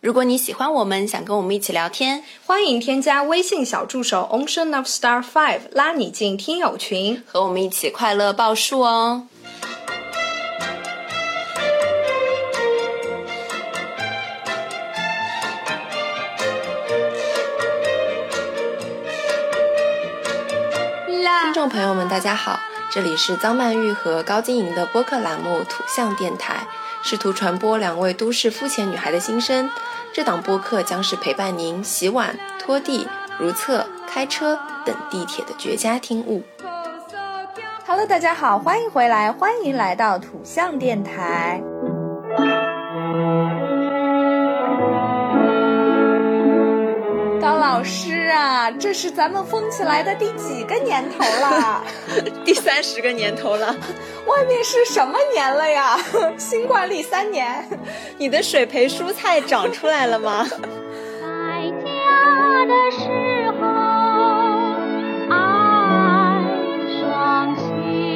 如果你喜欢我们，想跟我们一起聊天， 欢迎添加微信小助手 Ocean of Star 5，拉你进听友群， 和我们一起快乐报数哦。听众朋友们大家好，这里是张曼玉和高晶莹的播客栏目土象电台，试图传播两位都市肤浅女孩的心声。这档播客将是陪伴您洗碗、拖地、如厕、开车等地铁的绝佳听物。 Hello， 大家好，欢迎回来，欢迎来到土象电台。高老师啊，这是咱们疯起来的第几个年头了？ 第30个年头了。 外面是什么年了呀？新冠历3年。 你的水培蔬菜长出来了吗？ 在家的时候爱双心，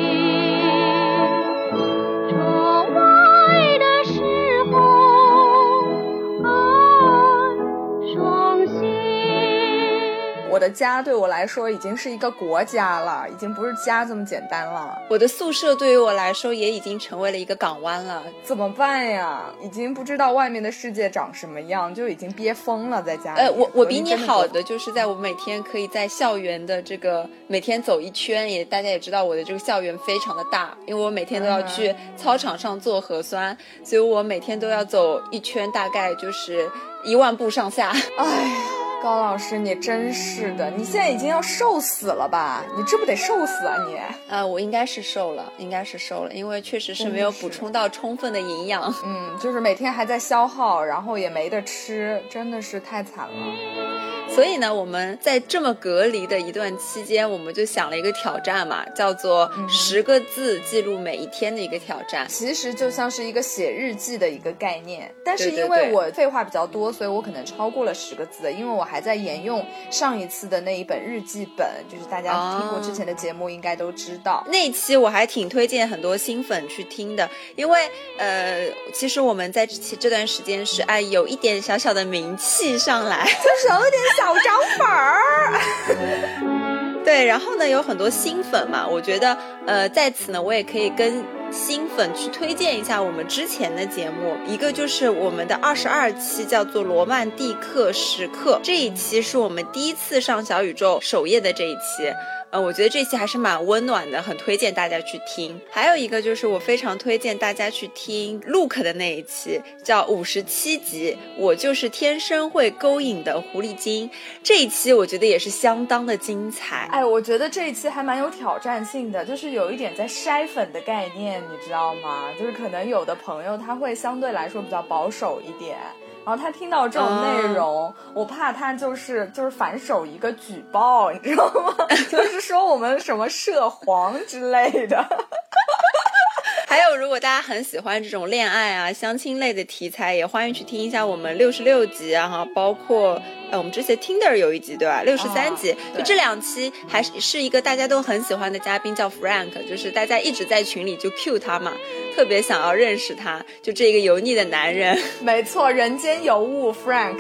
出外的时候爱双心。 我的家对我来说已经是一个国家了，已经不是家这么简单了。 我的宿舍对于我来说也已经成为了一个港湾了。 怎么办呀？已经不知道外面的世界长什么样，就已经憋疯了在家里。 我比你好的就是在我每天可以在校园的这个每天走一圈，大家也知道我的这个校园非常的大，因为我每天都要去操场上做核酸，所以我每天都要走一圈，大概就是1万步上下。 哎呀，高老师你真是的，你现在已经要瘦死了吧？你这不得瘦死啊你？ 我应该是瘦了，因为确实是没有补充到充分的营养。 就是每天还在消耗，然后也没得吃，真的是太惨了。 所以呢，我们在这么隔离的一段期间，我们就想了一个挑战嘛，叫做10个字记录每一天的一个挑战。 其实就像是一个写日记的一个概念，但是因为我废话比较多，所以我可能超过了10个字，因为我还在沿用上一次的那一本日记本，就是大家听过之前的节目应该都知道。 那一期我还挺推荐很多新粉去听的，因为其实我们在这段时间是有一点小小的名气上来， 就是有一点小涨粉儿。 对，然后呢有很多新粉嘛，我觉得在此呢我也可以跟新粉去推荐一下我们之前的节目，一个就是我们的22期叫做罗曼蒂克时刻，这一期是我们第一次上小宇宙首页的这一期。我觉得这期还是蛮温暖的，很推荐大家去听。还有一个就是我非常推荐大家去听 Luke 的那一期，叫57集，我就是天生会勾引的狐狸精。这一期我觉得也是相当的精彩。 我觉得这一期还蛮有挑战性的，就是有一点在筛粉的概念，你知道吗？就是可能有的朋友他会相对来说比较保守一点，然后他听到这种内容，我怕他就是反手一个举报，你知道吗？就是说我们什么涉黄之类的。 还有如果大家很喜欢这种恋爱啊相亲类的题材，也欢迎去听一下我们66集啊，包括我们之前 Tinder 有一集对吧，63集，就这2期还是一个大家都很喜欢的嘉宾叫 Frank， 就是大家一直在群里就 cue 他嘛，特别想要认识他，就这个油腻的男人。 没错，人间尤物 Frank。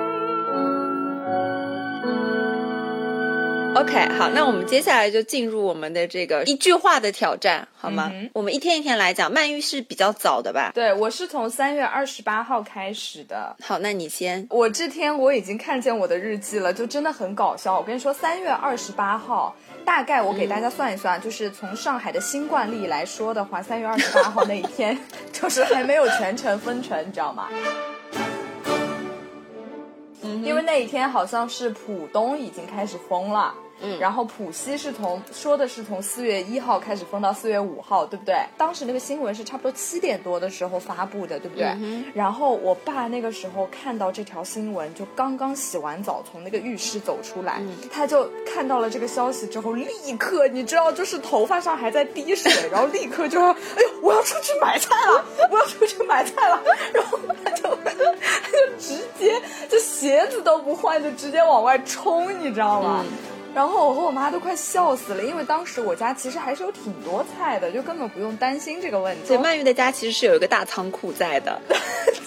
OK， 好，那我们接下来就进入我们的这个一句话的挑战，好吗？我们一天一天来讲。曼玉是比较早的吧？ 对，我是从3月28号开始的。 好，那你先。 我这天我已经看见我的日记了，就真的很搞笑。我跟你说，3月28号，大概我给大家算一算，就是从上海的新冠例来说的话，3月28号那一天就是还没有全城封城，你知道吗？因为那一天好像是浦东已经开始封了。然后浦西是从4月1号开始封到4月5号，对不对？当时那个新闻是差不多7点多的时候发布的，对不对？然后我爸那个时候看到这条新闻，就刚刚洗完澡从那个浴室走出来，他就看到了这个消息之后，立刻你知道，就是头发上还在滴水，然后立刻就说：“哎呦，我要出去买菜了，我要出去买菜了。”然后他就直接就鞋子都不换，就直接往外冲，你知道吗？然后我和我妈都快笑死了，因为当时我家其实还是有挺多菜的，就根本不用担心这个问题。 所以曼玉的家其实是有一个大仓库在的。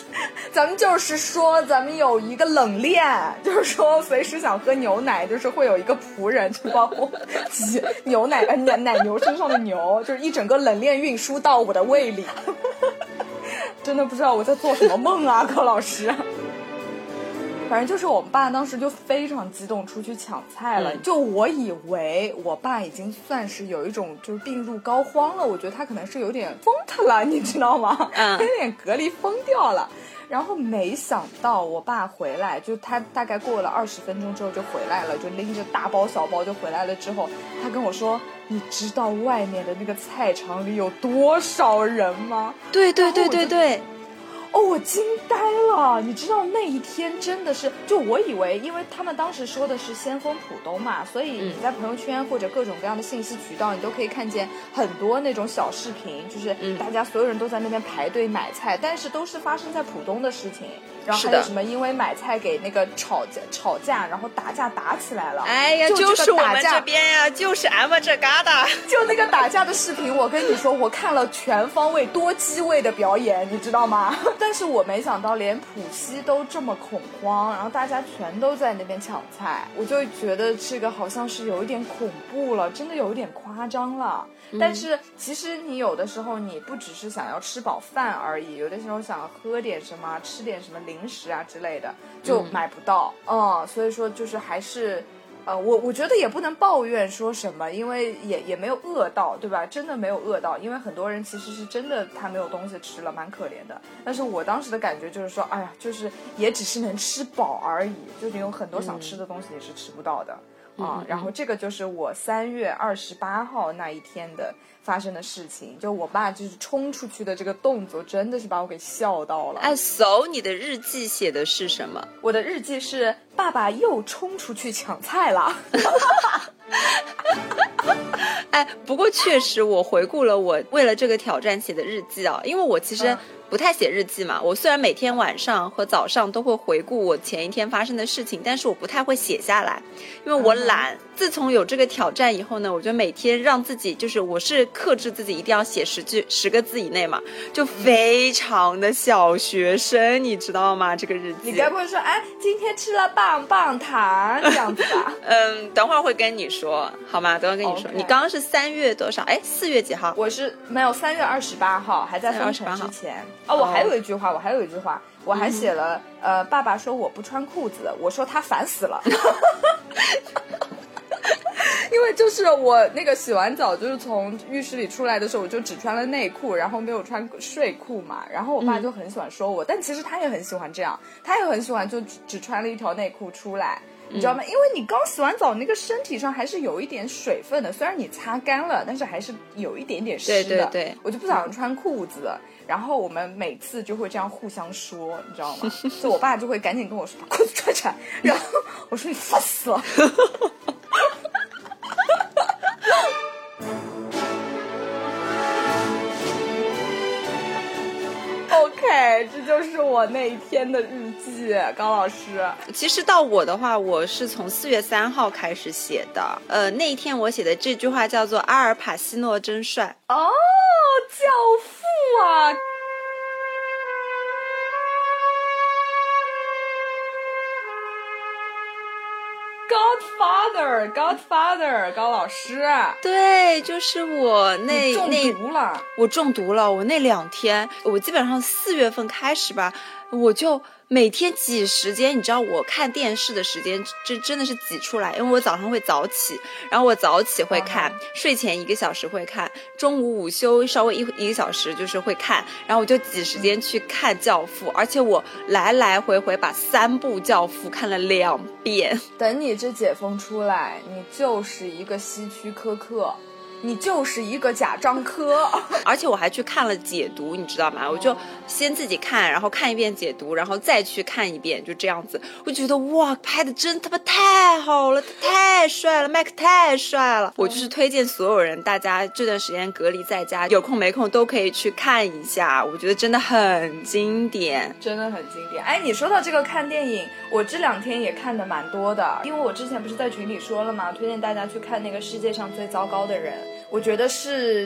咱们就是说咱们有一个冷链，就是说随时想喝牛奶，就是会有一个仆人去帮我挤牛奶奶牛身上的牛，就是一整个冷链运输到我的胃里。真的不知道我在做什么梦啊，高老师。反正就是我们爸当时就非常激动出去抢菜了，就我以为我爸已经算是有一种就是病入膏肓了，我觉得他可能是有点疯他了，你知道吗？有点隔离疯掉了。然后没想到我爸回来，就他大概过了20分钟之后就回来了，就拎着大包小包就回来了。之后他跟我说，你知道外面的那个菜场里有多少人吗？ 对对对对对。 哦，我惊呆了！你知道那一天真的是，就我以为，因为他们当时说的是先锋浦东嘛，所以你在朋友圈或者各种各样的信息渠道，你都可以看见很多那种小视频，就是大家所有人都在那边排队买菜，但是都是发生在浦东的事情。然后还有什么因为买菜给那个吵架，然后打架打起来了。 哎呀，就是我们这边呀，就是俺们这旮瘩。 就那个打架的视频，我跟你说，我看了全方位多机位的表演，你知道吗？但是我没想到连浦西都这么恐慌，然后大家全都在那边抢菜，我就觉得这个好像是有一点恐怖了，真的有一点夸张了。但是其实你有的时候你不只是想要吃饱饭而已，有的时候想喝点什么，吃点什么零食啊之类的，就买不到。所以说就是还是我觉得也不能抱怨说什么，因为也没有饿到，对吧？真的没有饿到，因为很多人其实是真的他没有东西吃了，蛮可怜的。但是我当时的感觉就是说，哎呀，就是也只是能吃饱而已，就你有很多想吃的东西你是吃不到的。然后这个就是我3月28号那一天的发生的事情，就我爸就是冲出去的这个动作真的是把我给笑到了。 So 你的日记写的是什么？ 我的日记是爸爸又冲出去抢菜了。 不过确实我回顾了我为了这个挑战写的日记啊，因为我其实不太写日记嘛，我虽然每天晚上和早上都会回顾我前一天发生的事情，但是我不太会写下来，因为我懒。自从有这个挑战以后呢，我觉得每天让自己就是我是克制自己一定要写10个字以内嘛，就非常的小学生，你知道吗？这个日记你该不会说今天吃了棒棒糖这样子吧？ 等会儿会跟你说好吗？等会儿跟你说。你刚刚是3月多少？4月几号？ 我是没有3月28号，还在封城之前。我还有一句话，我还写了爸爸说我不穿裤子，我说他烦死了。因为就是我那个洗完澡就是从浴室里出来的时候，我就只穿了内裤，然后没有穿睡裤嘛，然后我爸就很喜欢说我，但其实他也很喜欢这样，他也很喜欢就只穿了一条内裤出来，你知道吗？因为你刚洗完澡，那个身体上还是有一点水分的，虽然你擦干了，但是还是有一点点湿的。对，我就不想穿裤子。然后我们每次就会这样互相说，你知道吗？就我爸就会赶紧跟我说把裤子穿起来，然后我说你烦死了。OK， 这就是我那一天的日记，高老师。 其实到我的话，我是从4月3号开始写的。那一天我写的这句话叫做阿尔帕西诺真帅。 教父啊！Godfather， 高老师， 对，就是我那中毒了， 我中毒了。我那2天，我基本上4月份开始吧，我就每天挤时间，你知道我看电视的时间真的是挤出来，因为我早上会早起，然后我早起会看，睡前1个小时会看，中午午休稍微一个小时就是会看，然后我就挤时间去看《教父》，而且我来回把3部《教父》看了2遍。 等你这解封出来，你就是一个希区柯克。你就是一个贾樟柯。 而且我还去看了解读，你知道吗？我就先自己看，然后看一遍解读，然后再去看一遍，就这样子。我觉得哇，拍的真他妈太好了，太帅了，麦克太帅了。我就是推荐所有人，大家这段时间隔离在家，有空没空都可以去看一下，我觉得真的很经典， 真的很经典。你说到这个看电影，我这2天也看的蛮多的，因为我之前不是在群里说了吗？推荐大家去看那个世界上最糟糕的人。我觉得是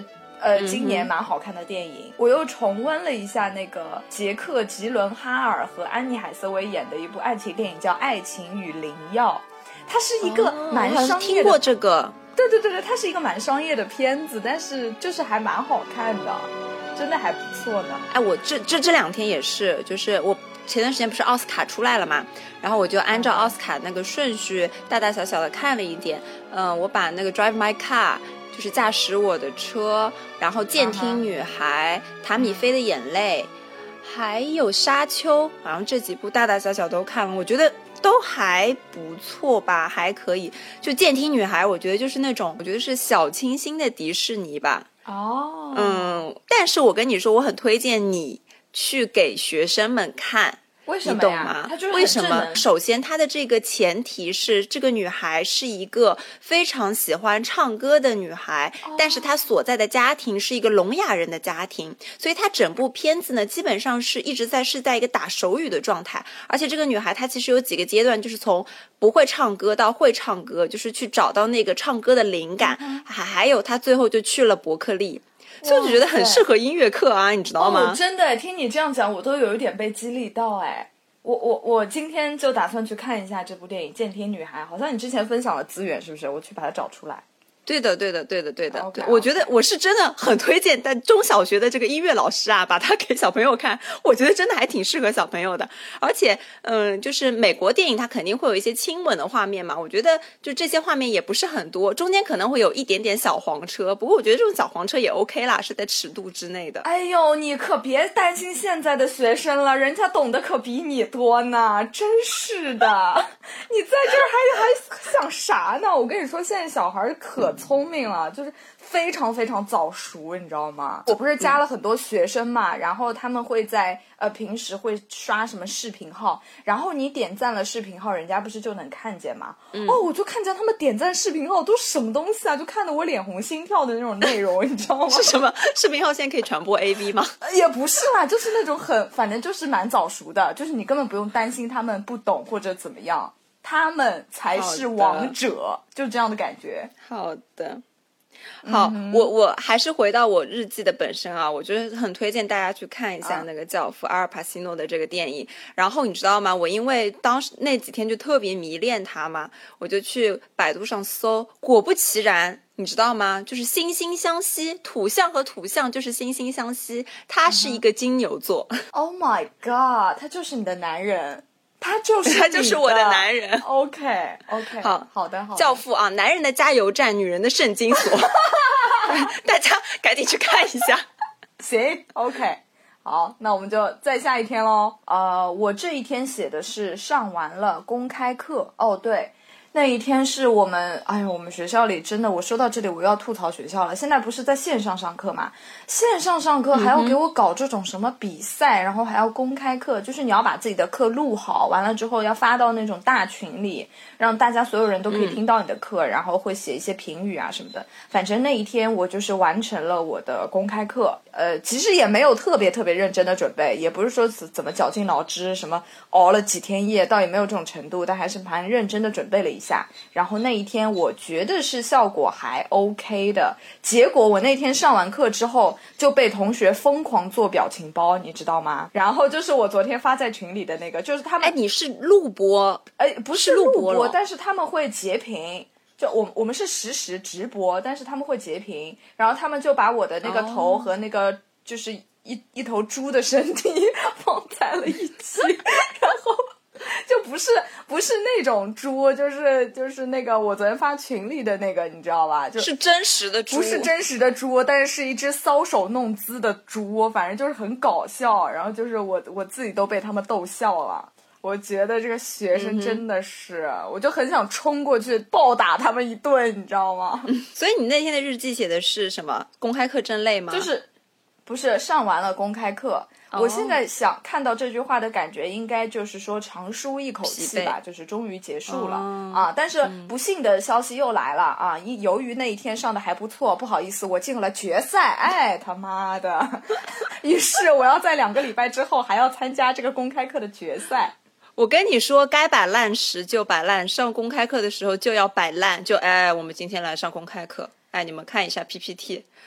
今年蛮好看的电影。我又重温了一下那个杰克·吉伦哈尔和安妮·海瑟薇演的一部爱情电影，叫《爱情与灵药》。它是一个蛮商业的， 听过这个。 对，它是一个蛮商业的片子，但是就是还蛮好看的，真的还不错的。 哎，我这两天也是，就是我前段时间不是奥斯卡出来了嘛，然后我就按照奥斯卡那个顺序大大小小的看了一点。我把那个 Drive My Car， 就是驾驶我的车，然后监听女孩，塔米菲的眼泪，还有沙丘，好像这几部大大小小都看了，我觉得都还不错吧，还可以。就监听女孩我觉得就是那种，我觉得是小清新的迪士尼吧。但是我跟你说，我很推荐你去给学生们看。 为什么呀？ 你懂吗？ 它就是为什么？首先它的这个前提是这个女孩是一个非常喜欢唱歌的女孩，但是她所在的家庭是一个聋哑人的家庭，所以她整部片子呢基本上是一直是在一个打手语的状态。而且这个女孩她其实有几个阶段，就是从不会唱歌到会唱歌，就是去找到那个唱歌的灵感，还有她最后就去了伯克利。所以我就觉得很适合音乐课啊，你知道吗？ 真的，听你这样讲，我都有一点被激励到哎。我今天就打算去看一下这部电影《监听女孩》，好像你之前分享了资源，是不是？我去把它找出来。 对的 Okay. 我觉得我是真的很推荐但中小学的这个音乐老师啊，把它给小朋友看，我觉得真的还挺适合小朋友的。而且就是美国电影它肯定会有一些亲吻的画面嘛，我觉得就这些画面也不是很多，中间可能会有一点点小黄车，不过我觉得这种小黄车也 OK 啦，是在尺度之内的。 哎呦，你可别担心现在的学生了，人家懂得可比你多呢，真是的。你在这儿还想啥呢？我跟你说，现在小孩可聪明了，就是非常非常早熟，你知道吗？我不是加了很多学生嘛，然后他们会在平时会刷什么视频号，然后你点赞了视频号，人家不是就能看见吗？我就看见他们点赞视频号都什么东西啊，就看得我脸红心跳的那种内容，你知道吗？ 是什么视频号现在可以传播 AV 吗？ 也不是啦，就是那种反正就是蛮早熟的，就是你根本不用担心他们不懂或者怎么样，他们才是王者，就这样的感觉。 好的。好，我还是回到我日记的本身啊，我觉得很推荐大家去看一下那个教父阿尔帕西诺的这个电影。然后你知道吗，我因为当时那几天就特别迷恋他嘛，我就去百度上搜，果不其然，你知道吗，就是惺惺相惜，土象和土象就是惺惺相惜，他是一个金牛座。 Oh my god， 他就是你的男人，他就是我的男人。 OK， 好的。 教父啊，男人的加油站，女人的圣经所。大家赶紧去看一下。 行 OK， 好，那我们就再下一天咯。我这一天写的是上完了公开课。对，那一天是我们学校里真的，我说到这里我又要吐槽学校了。现在不是在线上上课嘛，线上上课还要给我搞这种什么比赛，然后还要公开课，就是你要把自己的课录好，完了之后要发到那种大群里，让大家所有人都可以听到你的课，然后会写一些评语啊什么的。反正那一天我就是完成了我的公开课。其实也没有特别特别认真的准备，也不是说怎么绞尽脑汁什么熬了几天夜，倒也没有这种程度，但还是蛮认真的准备了一下。然后那一天我觉得是效果还 OK 的，结果我那天上完课之后就被同学疯狂做表情包，你知道吗？然后就是我昨天发在群里的那个，就是他们你是录播？ 不是录播，但是他们会截屏，就我们是实时直播，但是他们会截屏，然后他们就把我的那个头和那个就是一头猪的身体放在了一起，然后就不是那种猪，就是那个我昨天发群里的那个，你知道吧？ 就是真实的猪， 不是真实的猪，但是是一只搔首弄姿的猪，反正就是很搞笑。然后就是我自己都被他们逗笑了。我觉得这个学生真的是，我就很想冲过去暴打他们一顿，你知道吗？ 所以你那天的日记写的是什么？公开课真累吗？ 就是不是上完了公开课。我现在想看到这句话的感觉应该就是说长舒一口气吧，就是终于结束了啊！但是不幸的消息又来了啊！由于那一天上的还不错，不好意思，我进了决赛，哎他妈的！于是我要在2个礼拜之后还要参加这个公开课的决赛。 我跟你说，该摆烂时就摆烂，上公开课的时候就要摆烂，我们今天来上公开课，你们看一下 PPT。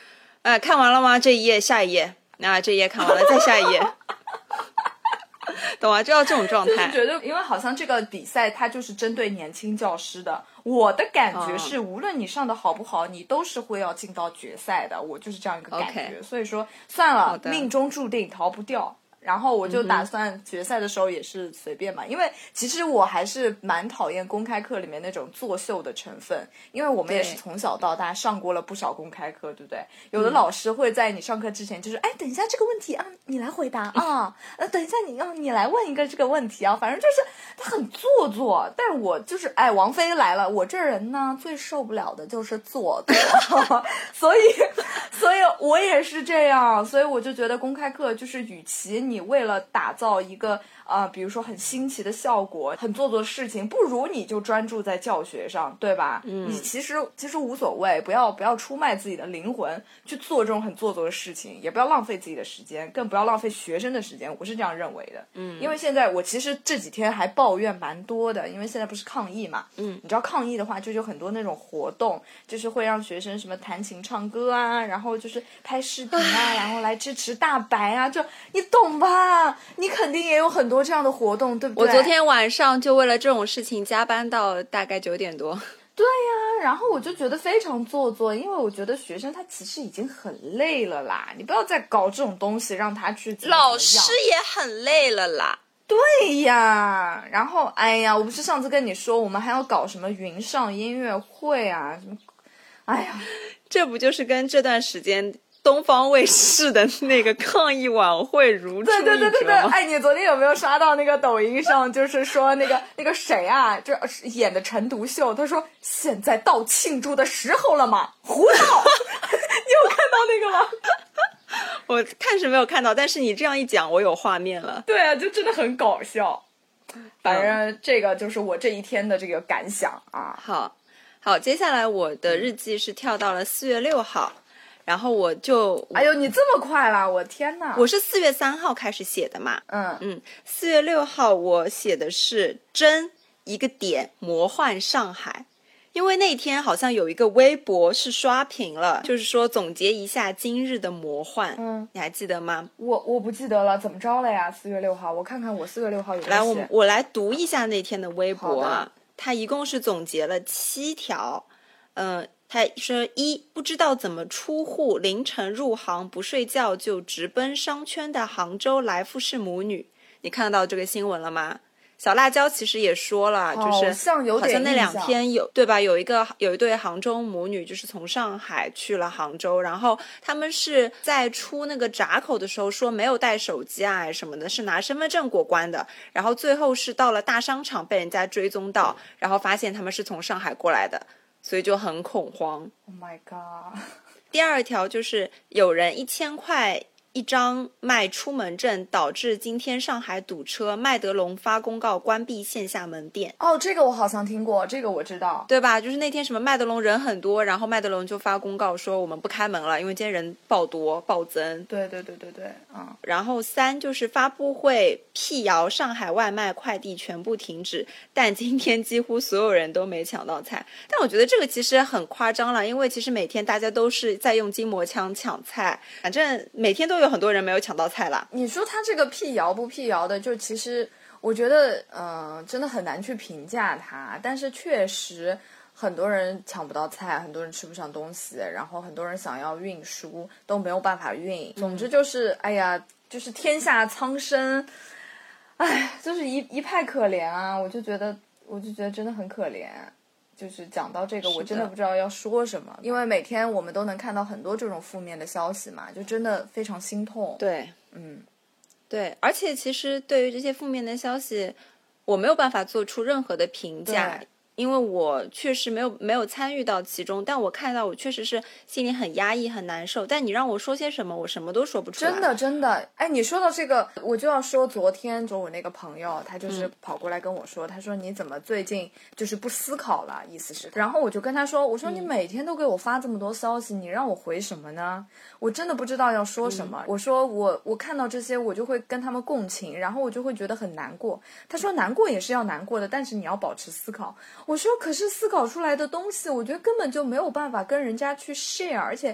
看完了吗？这一页，下一页，这一页看完了，再下一页。懂吗？就要这种状态。 就是觉得，因为好像这个比赛它就是针对年轻教师的。我的感觉是，无论你上的好不好，你都是会要进到决赛的。我就是这样一个感觉。所以说，算了，命中注定逃不掉。然后我就打算决赛的时候也是随便嘛，因为其实我还是蛮讨厌公开课里面那种作秀的成分，因为我们也是从小到大上过了不少公开课，对不对？有的老师会在你上课之前就是，等一下这个问题啊，你来回答啊，等一下你来问一个这个问题啊，反正就是他很做作。但是我就是王菲来了，我这人呢最受不了的就是做作，所以我也是这样，所以我就觉得公开课就是与其你为了打造一个比如说很新奇的效果，很做作的事情，不如你就专注在教学上，对吧？你其实无所谓，不要出卖自己的灵魂去做这种很做作的事情，也不要浪费自己的时间，更不要浪费学生的时间，我是这样认为的。因为现在我其实这几天还抱怨蛮多的，因为现在不是抗疫嘛，你知道抗疫的话就有很多那种活动，就是会让学生什么弹琴唱歌啊，然后就是拍视频啊，然后来支持大白啊，就你懂吧？你肯定也有很多这样的活动，对不对？ 我昨天晚上就为了这种事情加班到大概9点多。 对呀，然后我就觉得非常做作，因为我觉得学生他其实已经很累了啦，你不要再搞这种东西让他去怎么老师也很累了啦。 对呀，然后我不是上次跟你说我们还要搞什么云上音乐会啊什么， 这不就是跟这段时间东方卫视的那个抗议晚会如出一辙吗？ 对，你昨天有没有刷到那个抖音上，就是说那个谁啊，这演的陈独秀，他说现在到庆祝的时候了吗？胡闹！你有看到那个吗？ 我看是没有看到，但是你这样一讲，我有画面了。 对啊，就真的很搞笑。反正这个就是我这一天的这个感想啊。 好，接下来我的日记是跳到了4月6号。然后我就， 哎呦，你这么快啦！我天哪！ 我是4月3号开始写的嘛。4月6号我写的是真一个点魔幻上海，因为那天好像有一个微博是刷屏了，就是说总结一下今日的魔幻。你还记得吗？ 我不记得了，怎么着了呀？4月6号，我看看我4月6号有没有写。 来，我来读一下那天的微博啊，它一共是总结了7条。他说：1，不知道怎么出户，凌晨入行不睡觉就直奔商圈的杭州来富士母女，你看到这个新闻了吗？小辣椒其实也说了，就是好像那2天有对吧？有一对杭州母女，就是从上海去了杭州，然后他们是在出那个闸口的时候说没有带手机啊什么的，是拿身份证过关的，然后最后是到了大商场被人家追踪到，然后发现他们是从上海过来的。所以就很恐慌。 Oh my god！ 第2条就是有人1000块一张卖出门证，导致今天上海堵车，麦德龙发公告关闭线下门店。 这个我好像听过，这个我知道， 对吧？就是那天什么麦德龙人很多，然后麦德龙就发公告说我们不开门了，因为今天人暴增。 对。 然后3就是发布会辟谣上海外卖快递全部停止，但今天几乎所有人都没抢到菜。但我觉得这个其实很夸张了，因为其实每天大家都是在用筋膜枪抢菜，反正每天都有很多人没有抢到菜啦。 你说他这个辟谣不辟谣的，就其实我觉得真的很难去评价他，但是确实很多人抢不到菜，很多人吃不上东西，然后很多人想要运输都没有办法运。总之就是就是天下苍生，就是一派可怜啊！我就觉得真的很可怜。就是讲到这个，我真的不知道要说什么，因为每天我们都能看到很多这种负面的消息嘛，就真的非常心痛。 对，对，而且其实对于这些负面的消息，我没有办法做出任何的评价。因为我确实没有参与到其中，但我看到我确实是心里很压抑很难受，但你让我说些什么，我什么都说不出来。 真的，你说到这个，我就要说昨天中午那个朋友，他就是跑过来跟我说，他说你怎么最近就是不思考了，意思是，然后我就跟他说，我说你每天都给我发这么多消息，你让我回什么呢？我真的不知道要说什么。我说我看到这些我就会跟他们共情，然后我就会觉得很难过。他说难过也是要难过的，但是你要保持思考。我说可是思考出来的东西我觉得根本就没有办法跟人家去 share， 而且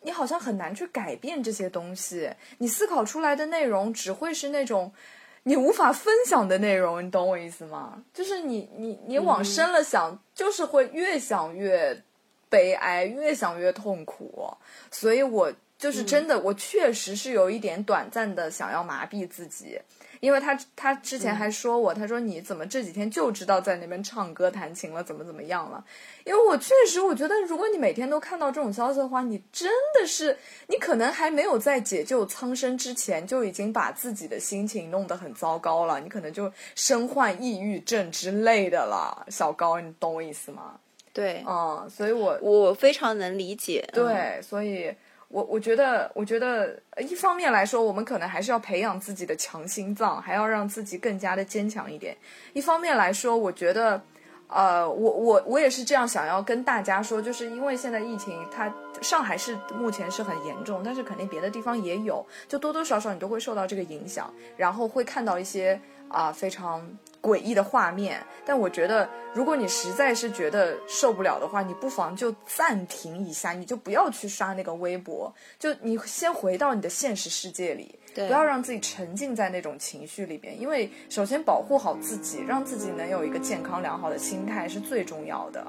你好像很难去改变这些东西，你思考出来的内容只会是那种你无法分享的内容，你懂我意思吗？就是你往深了想，就是会越想越悲哀，越想越痛苦。所以我就是真的，我确实是有一点短暂的想要麻痹自己。因为他之前还说我，他说你怎么这几天就知道在那边唱歌弹琴了，怎么样了？因为我确实我觉得，如果你每天都看到这种消息的话，你真的是，你可能还没有在解救苍生之前，就已经把自己的心情弄得很糟糕了，你可能就身患抑郁症之类的了。小高，你懂我意思吗？ 对， 所以我非常能理解。 对，所以。我觉得一方面来说，我们可能还是要培养自己的强心脏，还要让自己更加的坚强一点。一方面来说，我觉得，我也是这样想要跟大家说，就是因为现在疫情，上海市目前是很严重，但是肯定别的地方也有，就多多少少你都会受到这个影响，然后会看到一些非常诡异的画面。但我觉得如果你实在是觉得受不了的话，你不妨就暂停一下，你就不要去刷那个微博，就你先回到你的现实世界里，不要让自己沉浸在那种情绪里边。因为首先保护好自己，让自己能有一个健康良好的心态是最重要的。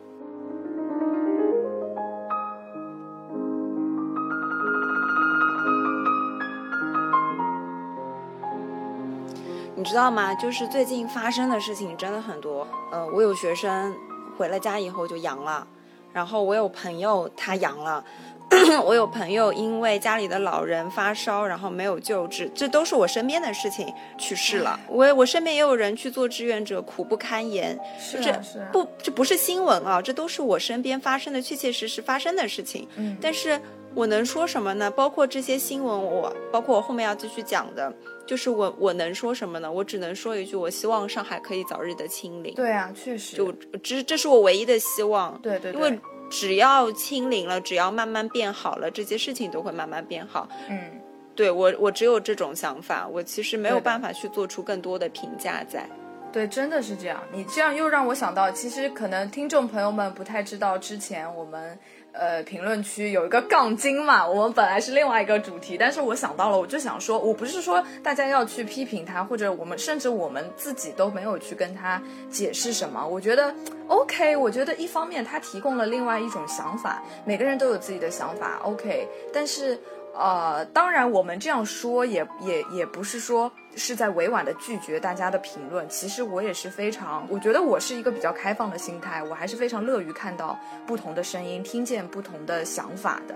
你知道吗？就是最近发生的事情真的很多。我有学生回了家以后就阳了，然后我有朋友他阳了，我有朋友因为家里的老人发烧，然后没有救治，这都是我身边的事情，去世了。我身边也有人去做志愿者，苦不堪言。这不是新闻啊，这都是我身边发生的确确实实发生的事情。但是我能说什么呢？包括这些新闻，包括我后面要继续讲的，就是我能说什么呢？我只能说一句，我希望上海可以早日的清零。 对啊，确实， 这是我唯一的希望。 对， 因为只要清零了，只要慢慢变好了，这些事情都会慢慢变好。对，我只有这种想法，我其实没有办法去做出更多的评价在。 对，真的是这样。你这样又让我想到，其实可能听众朋友们不太知道，之前我们评论区有一个杠精嘛，我们本来是另外一个主题，但是我想到了，我就想说，我不是说大家要去批评他，或者甚至我们自己都没有去跟他解释什么。我觉得 OK， 我觉得一方面他提供了另外一种想法，每个人都有自己的想法 OK， 但是当然我们这样说也不是说是在委婉的拒绝大家的评论，其实我也是我觉得我是一个比较开放的心态，我还是非常乐于看到不同的声音，听见不同的想法的。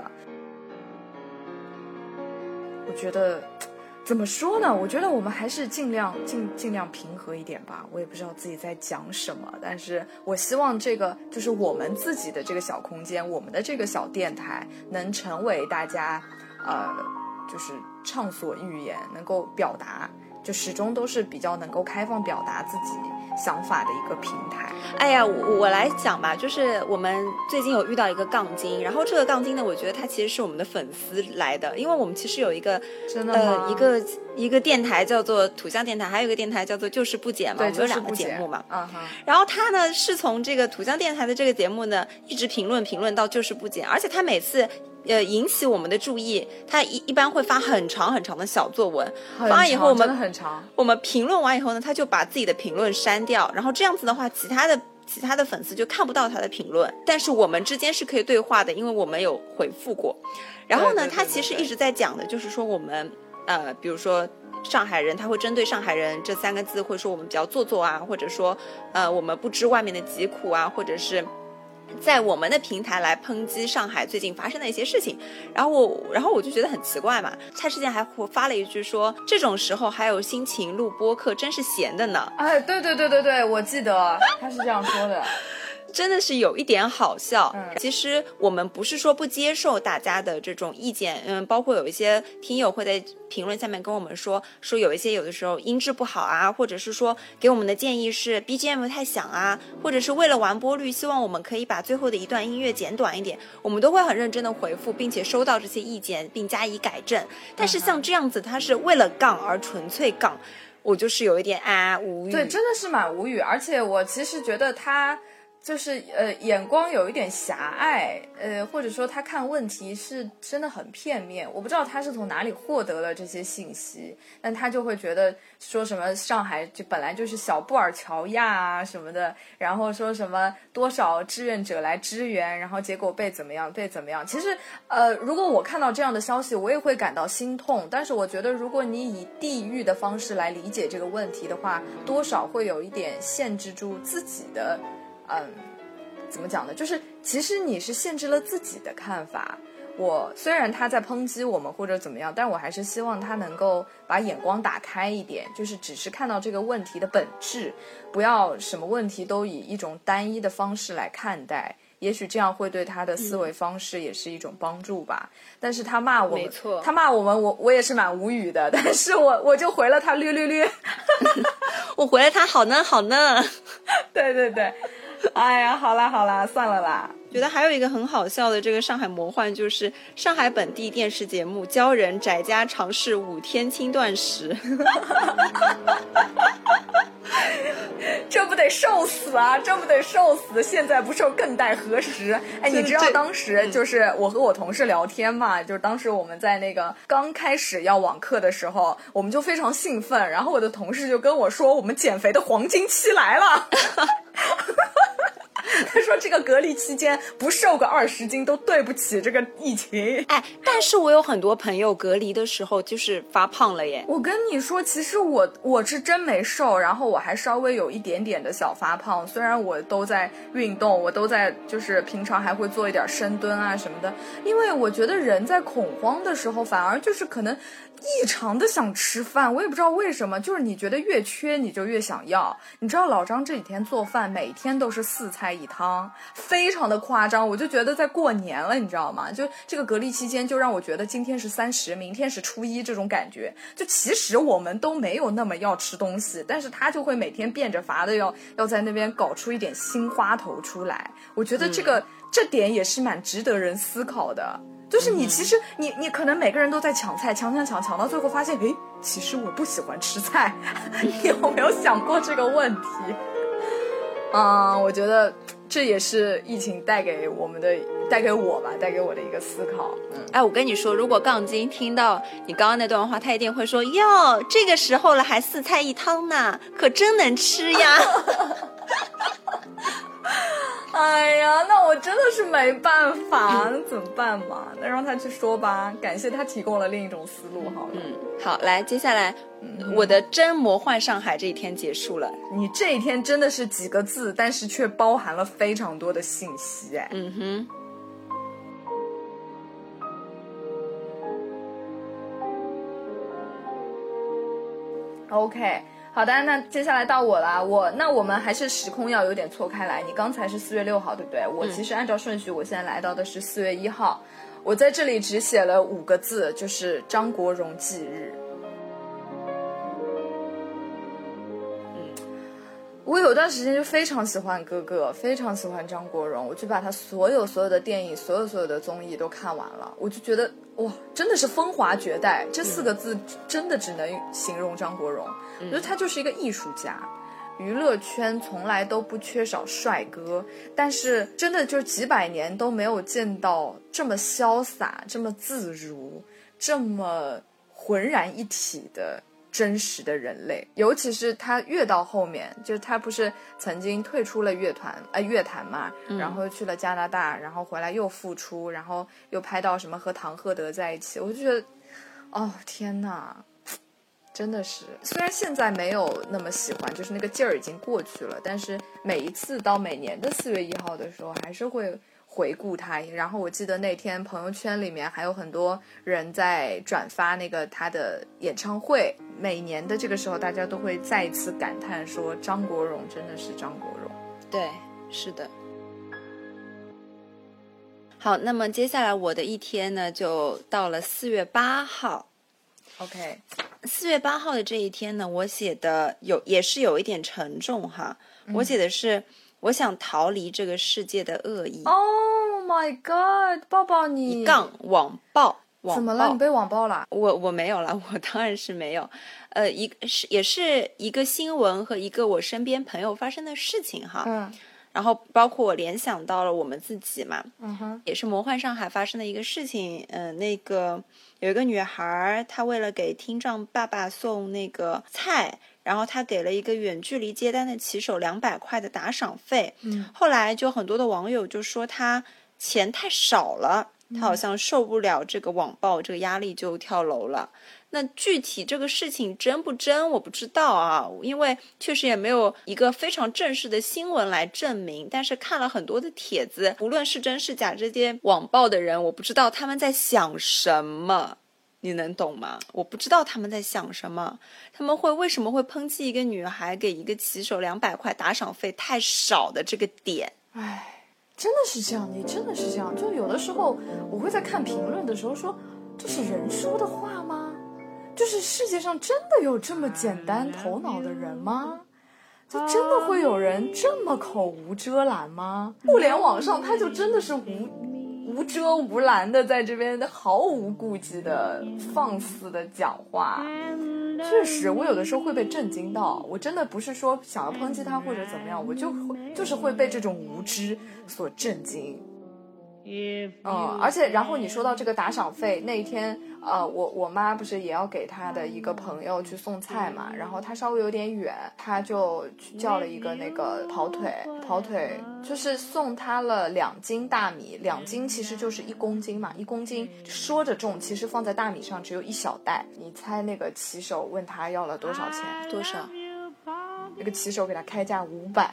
我觉得怎么说呢，我觉得我们还是尽量平和一点吧。我也不知道自己在讲什么，但是我希望这个就是我们自己的这个小空间，我们的这个小电台能成为大家就是畅所欲言，能够表达，就始终都是比较能够开放表达自己想法的一个平台。 哎呀，我来讲吧，就是我们最近有遇到一个杠精，然后这个杠精呢，我觉得他其实是我们的粉丝来的，因为我们其实有一个真的吗？ 一个电台叫做土象电台，还有一个电台叫做就是不剪嘛，我们有两个节目嘛。然后他呢是从这个土象电台的这个节目呢一直评论到就是不剪，而且他每次引起我们的注意，他一般会发很长很长的小作文，发完以后真的很长， 我们评论完以后呢，他就把自己的评论删掉，然后这样子的话，其他的粉丝就看不到他的评论，但是我们之间是可以对话的，因为我们有回复过。然后呢，他其实一直在讲的就是说我们比如说上海人，他会针对上海人这3个字会说我们比较做作啊，或者说我们不知外面的疾苦啊，或者是在我们的平台来抨击上海最近发生的一些事情。然后我就觉得很奇怪嘛，他之前还发了一句说这种时候还有心情录播客真是闲的呢。 哎，对，我记得他是这样说的。 真的是有一点好笑。其实我们不是说不接受大家的这种意见，包括有一些听友会在评论下面跟我们说有一些有的时候音质不好啊，或者是说给我们的建议是 BGM 太响啊，或者是为了完播率希望我们可以把最后的一段音乐剪短一点，我们都会很认真的回复，并且收到这些意见并加以改正。但是像这样子他是为了杠而纯粹杠，我就是有一点无语。 对，真的是蛮无语。而且我其实觉得他就是眼光有一点狭隘，或者说他看问题是真的很片面。我不知道他是从哪里获得了这些信息，但他就会觉得说什么上海就本来就是小布尔乔亚啊什么的，然后说什么多少志愿者来支援，然后结果被怎么样。其实如果我看到这样的消息，我也会感到心痛。但是我觉得如果你以地域的方式来理解这个问题的话，多少会有一点限制住自己的怎么讲呢？就是其实你是限制了自己的看法。我虽然他在抨击我们或者怎么样，但我还是希望他能够把眼光打开一点，就是只是看到这个问题的本质，不要什么问题都以一种单一的方式来看待。也许这样会对他的思维方式也是一种帮助吧。但是他骂我们， 没错， 他骂我们，我也是蛮无语的。但是我就回了他略略略， 我回了他好呢好呢。 对对对，哎呀，好啦，算了啦。 觉得还有一个很好笑的这个上海魔幻，就是上海本地电视节目教人宅家尝试5天轻断食。 这不得受死啊！这不得受死！现在不受更待何时？哎，你知道当时就是我和我同事聊天嘛，就是当时我们在那个刚开始要网课的时候，我们就非常兴奋，然后我的同事就跟我说，我们减肥的黄金期来了。他说这个隔离期间不瘦个20斤都对不起这个疫情。 哎，但是我有很多朋友隔离的时候就是发胖了耶。 我跟你说，其实我是真没瘦，然后我还稍微有一点点的小发胖，虽然我都在运动，我都在就是平常还会做一点深蹲啊什么的，因为我觉得人在恐慌的时候反而就是可能异常的想吃饭，我也不知道为什么，就是你觉得越缺你就越想要。你知道老张这几天做饭每天都是4菜1汤，非常的夸张，我就觉得在过年了，你知道吗？就这个隔离期间就让我觉得今天是30，明天是初一这种感觉。就其实我们都没有那么要吃东西，但是他就会每天变着法的要在那边搞出一点新花头出来。我觉得这点也是蛮值得人思考的。就是你其实你可能每个人都在抢菜，抢到最后发现，诶，其实我不喜欢吃菜。你有没有想过这个问题？我觉得这也是疫情带给我的一个思考。 哎，我跟你说，如果杠精听到你刚刚那段话，他一定会说，哟，这个时候了还4菜1汤呢，可真能吃呀。 哎呀，那我真的是没办法，那怎么办嘛？那让他去说吧，感谢他提供了另一种思路好了。 好，来，接下来我的真魔幻上海这一天结束了。 你这一天真的是几个字，但是却包含了非常多的信息。哎，OK， 好的，那接下来到我了。我们还是时空要有点错开来。你刚才是4月6号，对不对？我其实按照顺序，我现在来到的是4月1号。我在这里只写了5个字，就是张国荣忌日。我有段时间就非常喜欢哥哥，非常喜欢张国荣，我就把他所有的电影，所有的综艺都看完了。我就觉得哇，真的是风华绝代，这4个字真的只能形容张国荣。我觉得他就是一个艺术家。娱乐圈从来都不缺少帅哥，但是真的就几百年都没有见到这么潇洒、这么自如、这么浑然一体的真实的人类。尤其是他越到后面，就是他不是曾经退出了乐坛嘛，然后去了加拿大，然后回来又复出，然后又拍到什么和唐鹤德在一起，我就觉得哦天哪，真的是，虽然现在没有那么喜欢，就是那个劲儿已经过去了，但是每一次到每年的4月1号的时候还是会回顾他。然后我记得那天朋友圈里面还有很多人在转发那个他的演唱会，每年的这个时候大家都会再一次感叹说张国荣真的是张国荣。 对，是的。好，那么接下来我的一天呢就到了4月8号。 OK， 4月8号的这一天呢，我写的也是有一点沉重哈。我写的是我想逃离这个世界的恶意。 Oh my god， 抱抱你！ 一杠网暴。 怎么了？你被网暴了？ 我没有了，我当然是没有。也是一个新闻和一个我身边朋友发生的事情哈。 然后包括我联想到了我们自己嘛， 哼， 也是魔幻上海发生的一个事情。那个有一个女孩，她为了给听障爸爸送那个菜，然后她给了一个远距离接单的骑手200块的打赏费。后来就很多的网友就说她钱太少了，她好像受不了这个网暴这个压力就跳楼了。那具体这个事情真不真我不知道啊，因为确实也没有一个非常正式的新闻来证明，但是看了很多的帖子，无论是真是假，这些网暴的人我不知道他们在想什么，你能懂吗？我不知道他们在想什么，他们为什么会抨击一个女孩给一个骑手200块打赏费太少的这个点。 唉，真的是这样，你真的是这样。就有的时候我会在看评论的时候说，这是人说的话吗？就是世界上真的有这么简单头脑的人吗？就真的会有人这么口无遮拦吗？互联网上他就真的是无遮无拦的在这边毫无顾忌的放肆的讲话。确实我有的时候会被震惊到，我真的不是说想要抨击他或者怎么样，我就是会被这种无知所震惊。而且然后你说到这个打赏费，那一天我妈不是也要给她的一个朋友去送菜嘛，然后她稍微有点远，她就叫了一个那个跑腿就是送她了2斤大米，2斤其实就是1公斤嘛，1公斤说着重，其实放在大米上只有一小袋。你猜那个骑手问他要了多少钱？ 多少？ 那个骑手给他开价500。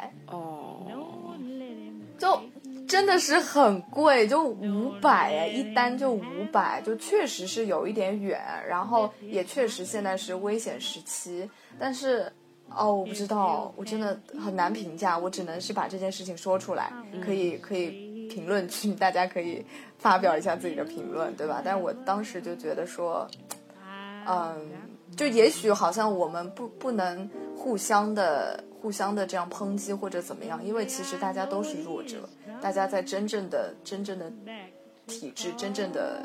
就真的是很贵，就500哎，一单就500，就确实是有一点远，然后也确实现在是危险时期，但是我不知道，我真的很难评价，我只能是把这件事情说出来，可以评论区大家可以发表一下自己的评论，对吧？但是我当时就觉得说，就也许好像我们不能互相的这样抨击或者怎么样，因为其实大家都是弱者，大家在真正的体制，真正的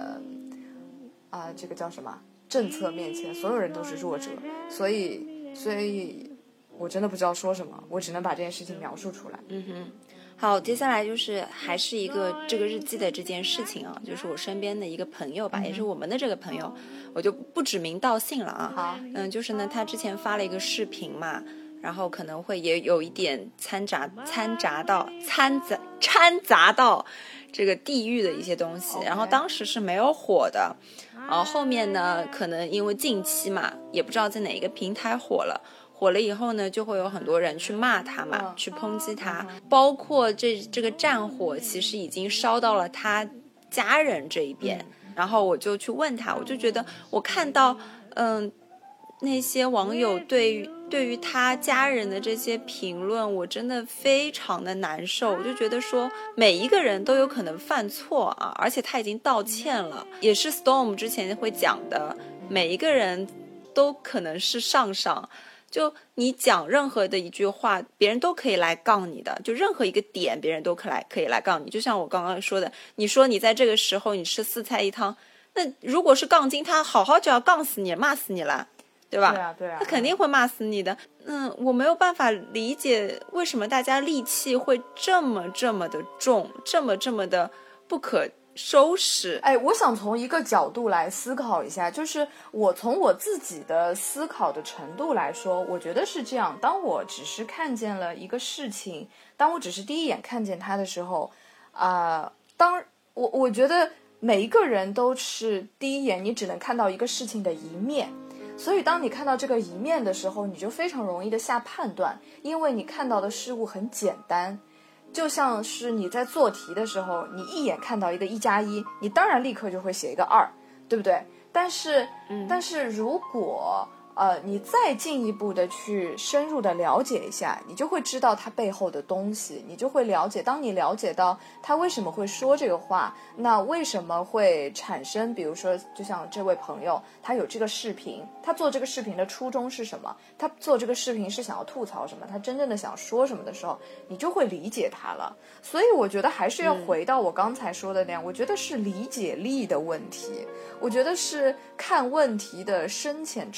这个叫什么政策面前，所有人都是弱者，所以我真的不知道说什么，我只能把这件事情描述出来。 好，接下来就是还是一个这个日记的这件事情啊，就是我身边的一个朋友吧，也是我们的这个朋友，我就不指名道姓了啊。 好， 就是呢，他之前发了一个视频嘛，然后可能会也有一点掺杂到这个地域的一些东西，然后当时是没有火的，后面呢，可能因为近期嘛，也不知道在哪一个平台火了以后呢，就会有很多人去骂他嘛，去抨击他，包括这个战火其实已经烧到了他家人这一边。然后我就去问他，我就觉得我看到那些网友对于他家人的这些评论，我真的非常的难受。我就觉得说每一个人都有可能犯错啊，而且他已经道歉了，也是 Storm 之前会讲的，每一个人都可能是上，就你讲任何的一句话，别人都可以来杠你的，就任何一个点别人都可以来杠你。就像我刚刚说的，你说你在这个时候你吃4菜1汤，那如果是杠精，他好好就要杠死你，骂死你了，对吧？ 对啊， 他肯定会骂死你的。我没有办法理解为什么大家戾气会这么的重，这么的不可收拾。 我想从一个角度来思考一下，就是我从我自己的思考的程度来说，我觉得是这样，当我只是看见了一个事情，当我只是第一眼看见它的时候，我觉得每一个人都是第一眼你只能看到一个事情的一面，所以当你看到这个一面的时候，你就非常容易的下判断，因为你看到的事物很简单。就像是你在做题的时候，你一眼看到一个1+1，你当然立刻就会写一个2，对不对？但是如果你再进一步的去深入的了解一下，你就会知道它背后的东西，你就会了解，当你了解到他为什么会说这个话，那为什么会产生，比如说就像这位朋友，他有这个视频，他做这个视频的初衷是什么，他做这个视频是想要吐槽什么，他真正的想说什么的时候，你就会理解他了。所以我觉得还是要回到我刚才说的那样，我觉得是理解力的问题，我觉得是看问题的深浅程度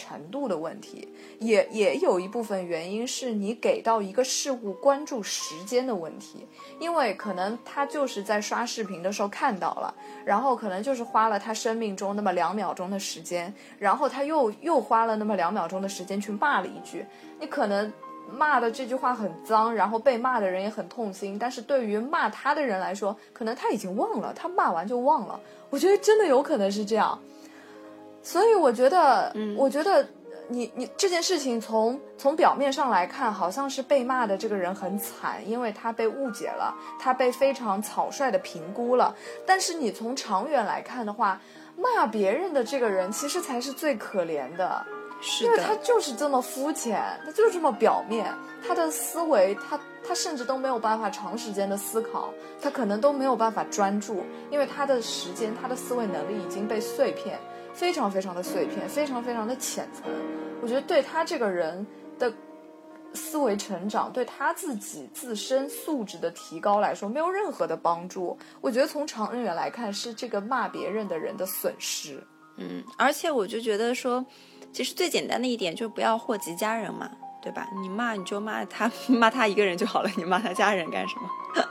度的问题，也有一部分原因是你给到一个事物关注时间的问题，因为可能他就是在刷视频的时候看到了，然后可能就是花了他生命中那么2秒钟的时间，然后他又花了那么2秒钟的时间去骂了一句，你可能骂的这句话很脏，然后被骂的人也很痛心，但是对于骂他的人来说，可能他已经忘了，他骂完就忘了。我觉得真的有可能是这样，所以我觉得你这件事情从表面上来看，好像是被骂的这个人很惨，因为他被误解了，他被非常草率的评估了。但是你从长远来看的话，骂别人的这个人其实才是最可怜的。 是的， 因为他就是这么肤浅，他就是这么表面，他的思维他甚至都没有办法长时间的思考，他可能都没有办法专注，因为他的时间他的思维能力已经被碎片，非常非常的碎片，非常非常的浅层。我觉得对他这个人的思维成长，对他自己自身素质的提高来说没有任何的帮助。我觉得从长远来看是这个骂别人的人的损失。 而且我就觉得说，其实最简单的一点就是不要祸及家人嘛，对吧？你骂你就骂他一个人就好了，你骂他家人干什么？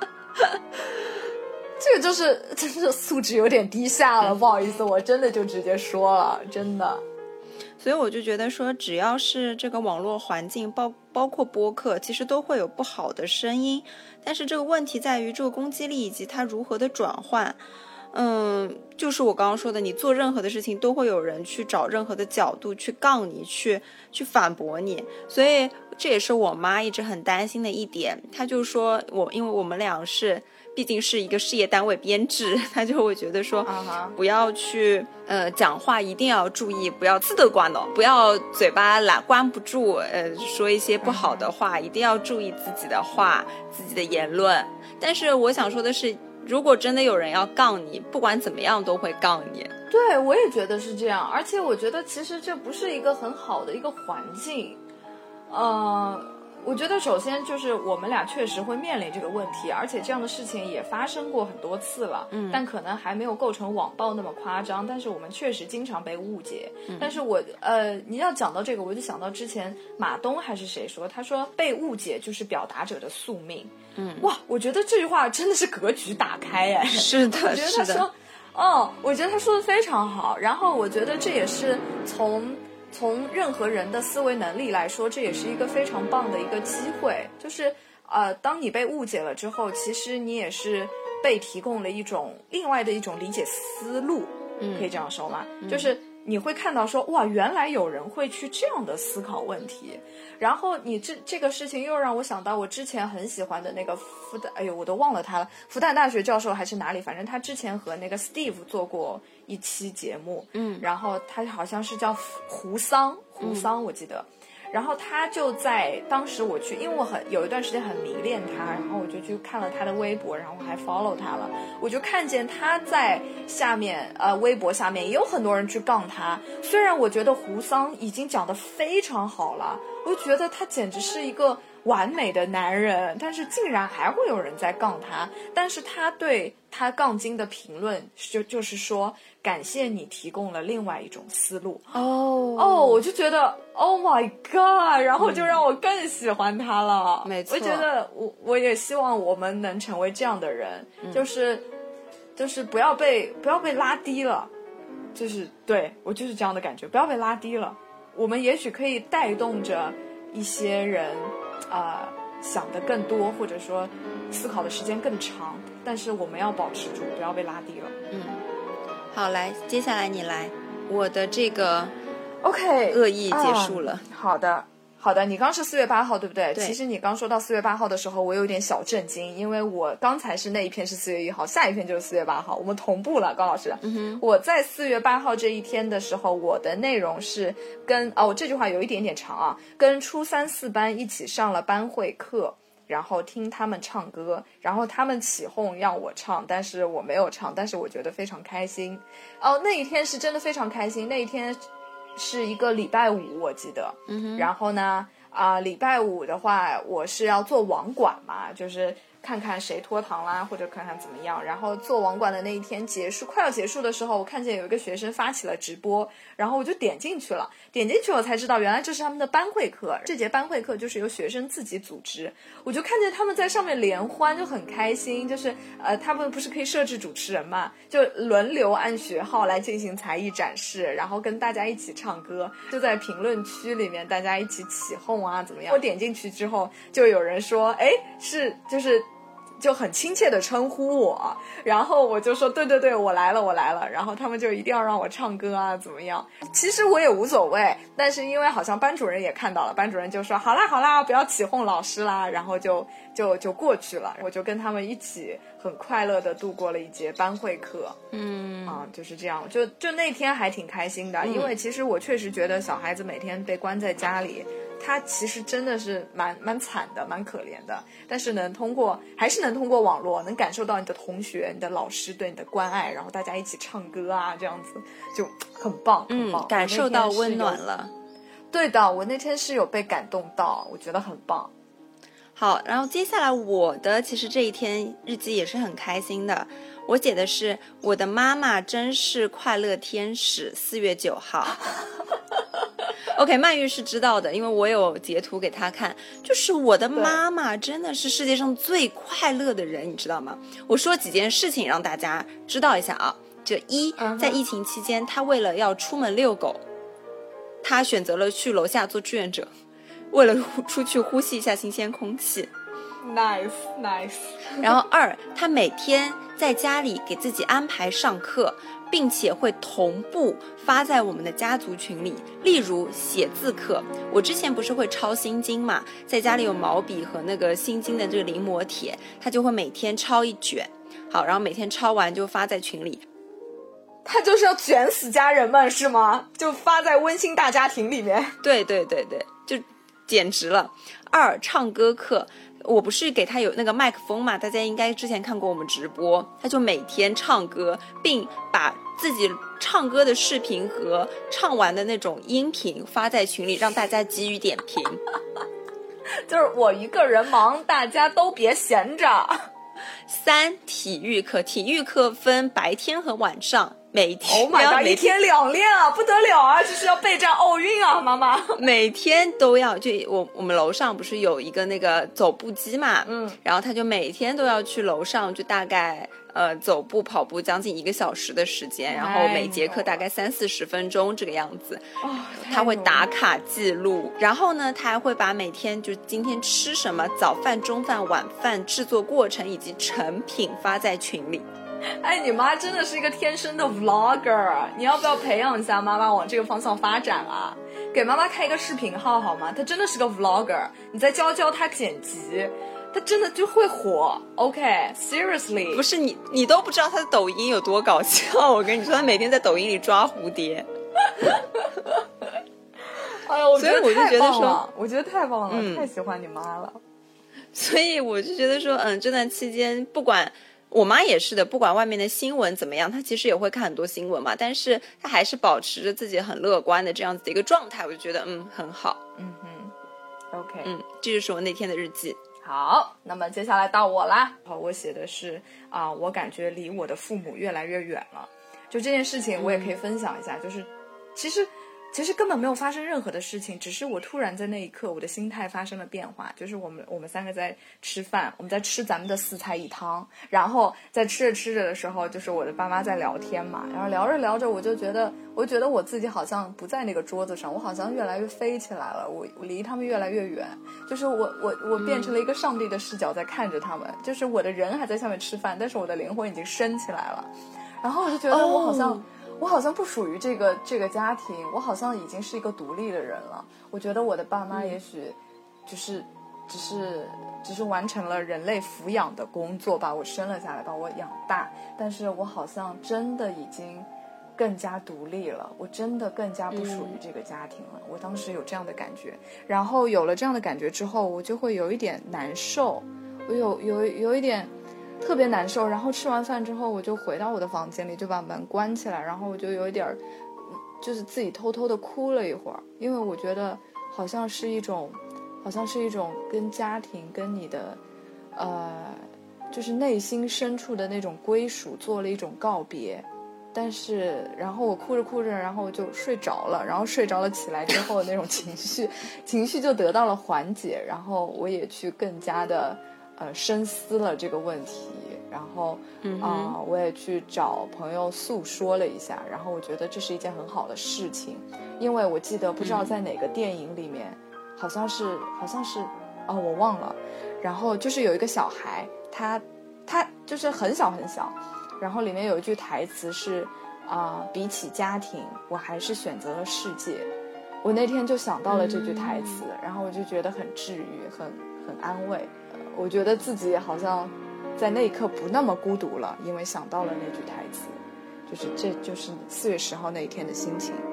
这个真是素质有点低下了，不好意思，我真的就直接说了，真的。 所以我就觉得说，只要是这个网络环境，包括播客，其实都会有不好的声音，但是这个问题在于这个攻击力以及它如何的转换。就是我刚刚说的，你做任何的事情都会有人去找任何的角度去杠你，去反驳你，所以这也是我妈一直很担心的一点。她就说因为我们俩毕竟是一个事业单位编制，她就会觉得说不要去讲话一定要注意，不要自得寡脑，不要嘴巴关不住说一些不好的话，一定要注意自己的话，自己的言论。但是我想说的是，如果真的有人要杠你，不管怎么样都会杠你。 对，我也觉得是这样，而且我觉得其实这不是一个很好的一个环境。我觉得首先就是我们俩确实会面临这个问题，而且这样的事情也发生过很多次了，但可能还没有构成网暴那么夸张，但是我们确实经常被误解。但是你要讲到这个，我就想到之前马东还是谁说，他说被误解就是表达者的宿命。哇，我觉得这句话真的是格局打开哎。 是的， 我觉得他说，我觉得他说的非常好。然后我觉得这也是从任何人的思维能力来说，这也是一个非常棒的一个机会。就是当你被误解了之后，其实你也是被提供了另外的一种理解思路，可以这样说吗？就是你会看到说，哇，原来有人会去这样的思考问题。然后你这个事情又让我想到我之前很喜欢的那个我都忘了他了，复旦大学教授还是哪里，反正他之前和那个 Steve 做过一期节目，然后他好像是叫胡桑我记得。然后他就在当时我去，因为我有一段时间很迷恋他，然后我就去看了他的微博，然后我还 follow 他了，我就看见他在下面微博下面也有很多人去杠他。虽然我觉得胡桑已经讲得非常好了，我就觉得他简直是一个完美的男人，但是竟然还会有人在杠他。但是他对他杠精的评论就是说，感谢你提供了另外一种思路。我就觉得 Oh my God， 然后就让我更喜欢他了。 没错， 我觉得我也希望我们能成为这样的人，就是不要被拉低了，就是对我就是这样的感觉，不要被拉低了。我们也许可以带动着一些人想得更多，或者说思考的时间更长，但是我们要保持住，不要被拉低了。 好，来，接下来你来，我的这个 OK 恶意结束了。 好的，你刚是4月8号对不对？ 对。 其实你刚说到4月8号的时候，我有点小震惊，因为我刚才是那一篇是4月1号，下一篇就是4月8号，我们同步了，高老师。我在4月8号这一天的时候，我的内容是我这句话有一点点长啊，跟初3、4班一起上了班会课，然后听他们唱歌，然后他们起哄让我唱，但是我没有唱，但是我觉得非常开心。那一天是真的非常开心，那一天是一个礼拜五我记得，然后呢礼拜五的话我是要做网管嘛，就是看看谁脱堂啦，或者看看怎么样。然后做网管的那一天快要结束的时候，我看见有一个学生发起了直播，然后我就点进去了。点进去我才知道，原来这是他们的班会课。这节班会课就是由学生自己组织，我就看见他们在上面联欢，就很开心。就是他们不是可以设置主持人嘛，就轮流按学号来进行才艺展示，然后跟大家一起唱歌，就在评论区里面大家一起起哄啊，怎么样？我点进去之后，就有人说，哎，就很亲切的称呼我，然后我就说对对对，我来了，然后他们就一定要让我唱歌啊，怎么样？其实我也无所谓，但是因为好像班主任也看到了，班主任就说好啦，不要起哄老师啦，然后就过去了，我就跟他们一起很快乐的度过了一节班会课。就是这样，就那天还挺开心的，因为其实我确实觉得小孩子每天被关在家里，他其实真的是蛮惨的，蛮可怜的。但是还是能通过网络，能感受到你的同学、你的老师对你的关爱，然后大家一起唱歌啊，这样子就很棒，很棒， 感受到温暖了。 对的，我那天是有被感动到，我觉得很棒。 好，然后接下来我的其实这一天日记也是很开心的。我写的是我的妈妈真是快乐天使，4月9号。OK， 曼玉是知道的，因为我有截图给她看。就是我的妈妈真的是世界上最快乐的人，你知道吗？我说几件事情让大家知道一下啊。在疫情期间，她为了要出门遛狗，她选择了去楼下做志愿者，为了出去呼吸一下新鲜空气。 Nice。 然后2，她每天在家里给自己安排上课，并且会同步发在我们的家族群里。例如写字课，我之前不是会抄心经嘛，在家里有毛笔和那个心经的这个临摹帖，她就会每天抄1卷。好，然后每天抄完就发在群里。 他就是要卷死家人们是吗？就发在温馨大家庭里面。 对，就简直了。2，唱歌课，我不是给他有那个麦克风嘛，大家应该之前看过我们直播，他就每天唱歌，并把自己唱歌的视频和唱完的那种音频发在群里，让大家给予点评。 就是我一个人忙，大家都别闲着。 3，体育课分白天和晚上，每天 Oh my god， 1天2练啊，不得了啊，这是要备战奥运啊，妈妈。 每天都要，就我们楼上不是有一个那个走步机嘛，然后他就每天都要去楼上，就大概走步跑步将近1个小时的时间，然后每节课大概30-40分钟这个样子。他会打卡记录，然后呢他还会把每天就今天吃什么，早饭、中饭、晚饭制作过程以及成品发在群里。 哎，你妈真的是一个天生的 vlogger， 你要不要培养一下妈妈往这个方向发展啊？给妈妈开一个视频号好吗？她真的是个 vlogger， 你再教她剪辑，她真的就会火。OK，seriously， 不是你都不知道她的抖音有多搞笑，我跟你说，她每天在抖音里抓蝴蝶。 哎呀， 所以我就觉得说， 我觉得太棒了，太喜欢你妈了。 所以我就觉得说，这段期间不管。我妈也是的，不管外面的新闻怎么样，她其实也会看很多新闻嘛，但是她还是保持着自己很乐观的这样子的一个状态，我就觉得很好。 OK， 这就是我那天的日记。 好，那么接下来到我啦。好，我写的是我感觉离我的父母越来越远了。就这件事情，我也可以分享一下，就是其实根本没有发生任何的事情，只是我突然在那一刻，我的心态发生了变化。就是我们3个在吃饭，我们在吃咱们的4菜1汤，然后在吃着的时候，就是我的爸妈在聊天嘛，然后聊着，我觉得我自己好像不在那个桌子上，我好像越来越飞起来了，我离他们越来越远，就是我变成了一个上帝的视角在看着他们，就是我的人还在下面吃饭，但是我的灵魂已经升起来了，然后我就觉得我好像不属于这个家庭，我好像已经是一个独立的人了。我觉得我的爸妈也许只是完成了人类抚养的工作，把我生了下来，把我养大，但是我好像真的已经更加独立了，我真的更加不属于这个家庭了。我当时有这样的感觉，然后有了这样的感觉之后，我就会有一点难受，我有一点特别难受，然后吃完饭之后我就回到我的房间里，就把门关起来，然后我就有一点就是自己偷偷的哭了一会儿，因为我觉得好像是一种跟家庭跟你的就是内心深处的那种归属做了一种告别。但是然后我哭着哭着，然后就睡着了，然后睡着了起来之后那种情绪就得到了缓解，然后我也去更加的深思了这个问题，然后我也去找朋友诉说了一下，然后我觉得这是一件很好的事情。因为我记得不知道在哪个电影里面，好像是我忘了，然后就是有一个小孩，他就是很小很小，然后里面有一句台词是比起家庭我还是选择了世界。我那天就想到了这句台词，然后我就觉得很治愈，很安慰。我觉得自己好像在那一刻不那么孤独了，因为想到了那句台词，这就是4月10号那一天的心情。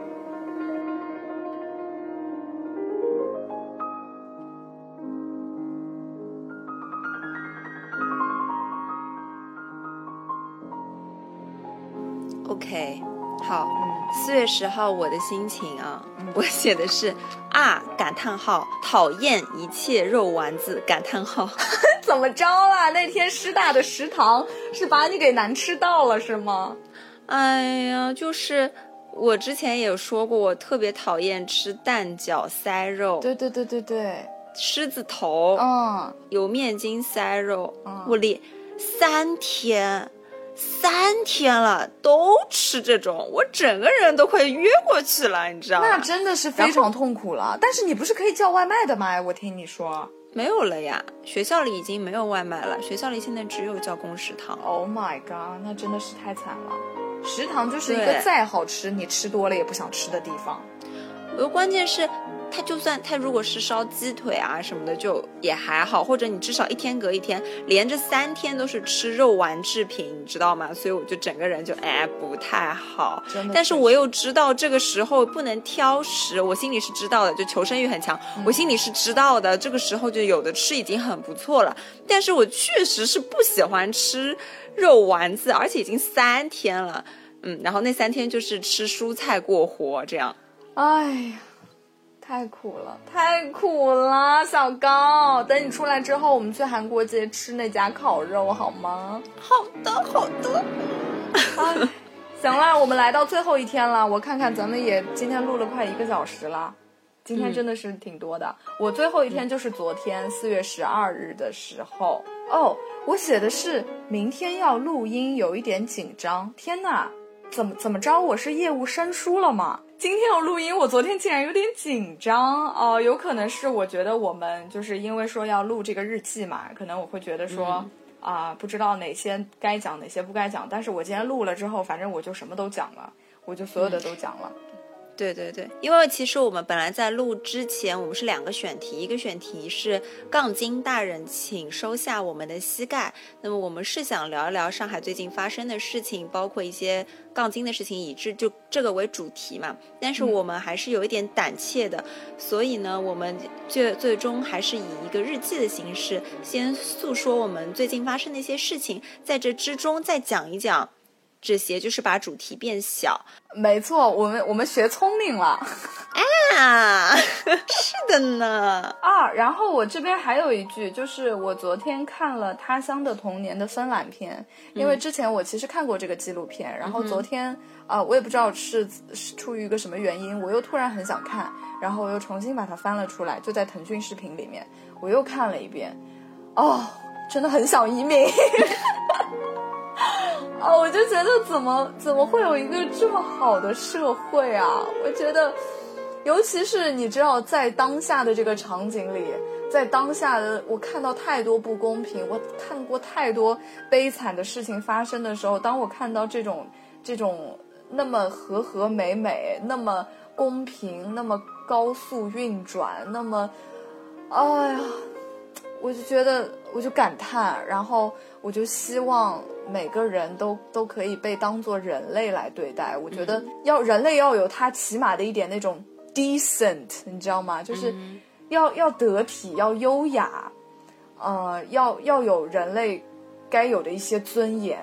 OK， 好，4月10号我的心情啊，我写的是感叹号，讨厌一切肉丸子感叹号。 怎么着啊？那天师大的食堂是把你给难吃到了是吗？ 哎呀，就是我之前也有说过，我特别讨厌吃蛋饺塞肉。 对， 狮子头，油面筋塞肉，我连3天了都吃这种，我整个人都快约过去了，你知道吗？ 那真的是非常痛苦了。但是你不是可以叫外卖的吗？我听你说没有了呀，学校里已经没有外卖了，学校里现在只有教工食堂。 Oh my god， 那真的是太惨了。食堂就是一个再好吃你吃多了也不想吃的地方。 关键是他如果是烧鸡腿啊什么的就也还好，或者你至少一天隔一天，连着3天都是吃肉丸制品，你知道吗？所以我就整个人就不太好。但是我又知道这个时候不能挑食，我心里是知道的，就求生欲很强，我心里是知道的，这个时候就有的吃已经很不错了。但是我确实是不喜欢吃肉丸子，而且已经3天了，然后那3天就是吃蔬菜过活这样。 哎呀，太苦了，小高。等你出来之后，我们去韩国街吃那家烤肉好吗？ 好的。 行了，我们来到最后一天了，我看看咱们也今天录了快1个小时了，今天真的是挺多的。我最后一天就是昨天4月12日的时候。我写的是明天要录音，有一点紧张。天哪，怎么着？我是业务生疏了吗？今天要录音，我昨天竟然有点紧张有可能是我觉得我们就是因为说要录这个日记嘛，可能我会觉得说不知道哪些该讲哪些不该讲，但是我今天录了之后，反正我就什么都讲了，我就所有的都讲了。 对，因为其实我们本来在录之前，我们是2个选题，一个选题是杠精大人请收下我们的膝盖，那么我们是想聊一聊上海最近发生的事情，包括一些杠精的事情，以致就这个为主题嘛。但是我们还是有一点胆怯的，所以呢，我们最终还是以一个日记的形式，先诉说我们最近发生的一些事情，在这之中再讲一讲这些，就是把主题变小。 没错，我们学聪明了是的呢然后我这边还有一句，就是我昨天看了《他乡的童年》的芬兰片，因为之前我其实看过这个纪录片，然后昨天我也不知道是出于一个什么原因，我又突然很想看，然后我又重新把它翻了出来，就在腾讯视频里面我又看了一遍。真的很想移民我就觉得怎么会有一个这么好的社会啊？我觉得尤其是你知道在当下的这个场景里，在当下的我看到太多不公平，我看过太多悲惨的事情发生的时候，当我看到这种那么和美美，那么公平，那么高速运转，那么我就觉得我就感叹，然后我就希望每个人都可以被当作人类来对待。我觉得人类要有他起码的一点那种 decent， 你知道吗？就是要得体，要优雅，要有人类该有的一些尊严